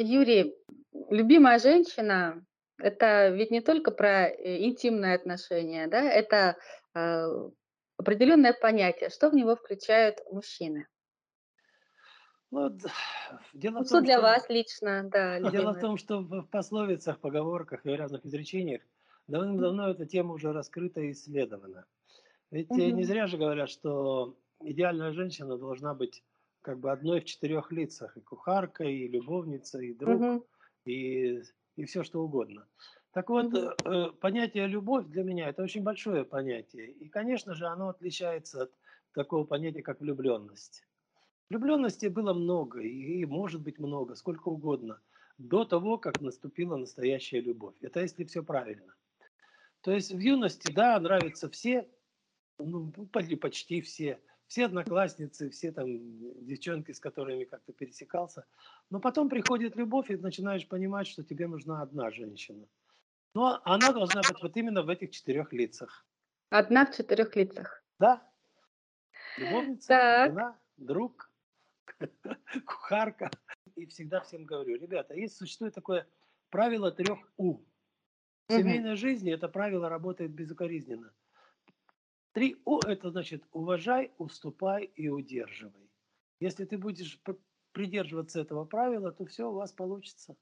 Юрий, любимая женщина — это ведь не только про, интимные отношения, да, это, э, определенное понятие. Что в него включают мужчины? Ну, дело Ну, в что том, для что вас лично, да, дело в любимая? том, что в пословицах, поговорках и разных изречениях давным-давно эта тема уже раскрыта и исследована. Ведь не Мгм. зря же говорят, что идеальная женщина должна быть как бы одной в четырех лицах: и кухарка, и любовница, и друг, Мгм. и, и все что угодно. Так вот, Мгм. понятие любовь для меня это очень большое понятие. И, конечно же, оно отличается от такого понятия, как влюбленность. Влюбленности было много, и может быть много, сколько угодно, до того, как наступила настоящая любовь. Это если все правильно. То есть в юности, да, нравятся все, ну, почти все. Все одноклассницы, все там девчонки, с которыми как-то пересекался. Но потом приходит любовь, и ты начинаешь понимать, что тебе нужна одна женщина. Но она должна быть вот именно в этих четырех лицах. Одна в четырех лицах. Да, любовница, Так. жена, друг, кухарка. И всегда всем говорю: ребята, есть существует такое правило трех У. В Мгм. семейной жизни это правило работает безукоризненно. Три У – это значит: уважай, уступай и удерживай. Если ты будешь придерживаться этого правила, то все у вас получится.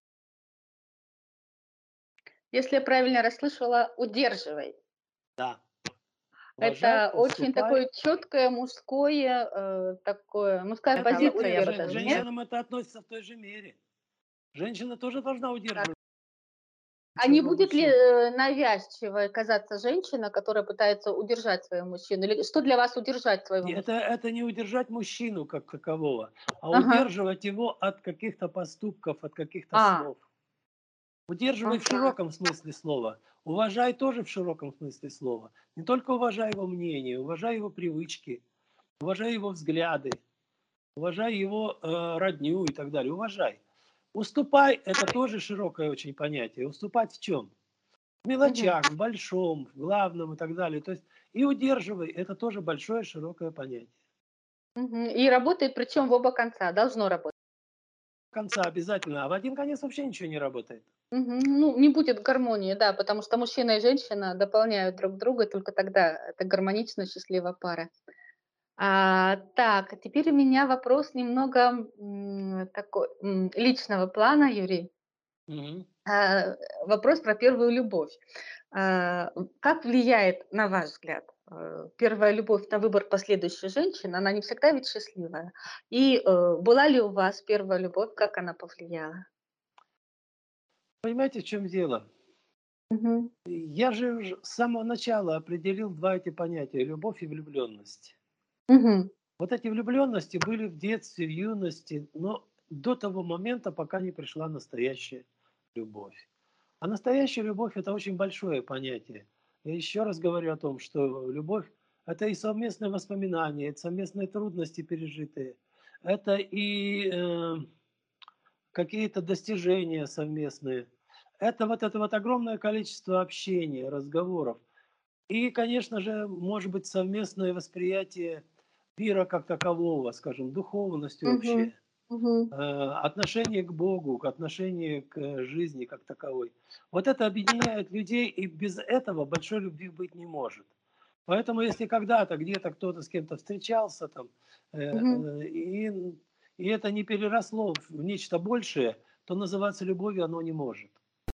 Если я правильно расслышала, удерживай. Да. Уважай, Это очень уступай. такое четкое мужское, такое мужская Это позиция, я бы нет, к даже, нет? женщинам это относится в той же мере. Женщина тоже должна удерживать А не своего будет ли, мужчину. навязчивой казаться женщина, которая пытается удержать своего мужчину? Или что для вас удержать своего мужчину? Это не удержать мужчину как такового, а Ага. удерживать его от каких-то поступков, от каких-то А, слов. Удерживай в ага. широком смысле слова. Уважай тоже в широком смысле слова. Не только уважай его мнение, уважай его привычки, уважай его взгляды, уважай его родню и так далее. Уважай. Уступай – это тоже широкое очень понятие. Уступать в чем? В Мгм. мелочах, в большом, в главном и так далее. То есть и удерживай – это тоже большое широкое понятие. Мгм. И работает, причем в оба конца, должно работать. Конца обязательно, а в один конец вообще ничего не работает. Мгм. Ну, не будет гармонии, да, потому что мужчина и женщина дополняют друг друга, только тогда это гармоничная, счастливая пара. Так, а теперь у меня вопрос немного, такой, личного плана, Юрий. Мгм. А, Вопрос про первую любовь. Как влияет, на ваш взгляд, первая любовь на выбор последующей женщины? Она не всегда ведь счастливая. И, была ли у вас первая любовь, как она повлияла? Понимаете, в чем дело? Мгм. Я же с самого начала определил два эти понятия – любовь и влюбленность. Мгм. Вот эти влюбленности были в детстве, в юности, но до того момента, пока не пришла настоящая любовь. А настоящая любовь – это очень большое понятие. Я еще раз говорю о том, что любовь – это и совместные воспоминания, это совместные трудности пережитые, это и какие-то достижения совместные. Это вот огромное количество общения, разговоров. И, конечно же, может быть совместное восприятие мира как такового, скажем, духовность Мгм. общая, Мгм. отношение к Богу, отношение к жизни как таковой. Вот это объединяет людей, и без этого большой любви быть не может. Поэтому, если когда-то где-то кто-то с кем-то встречался там, э, Мгм. э, и, и это не переросло в нечто большее, то называться любовью оно не может.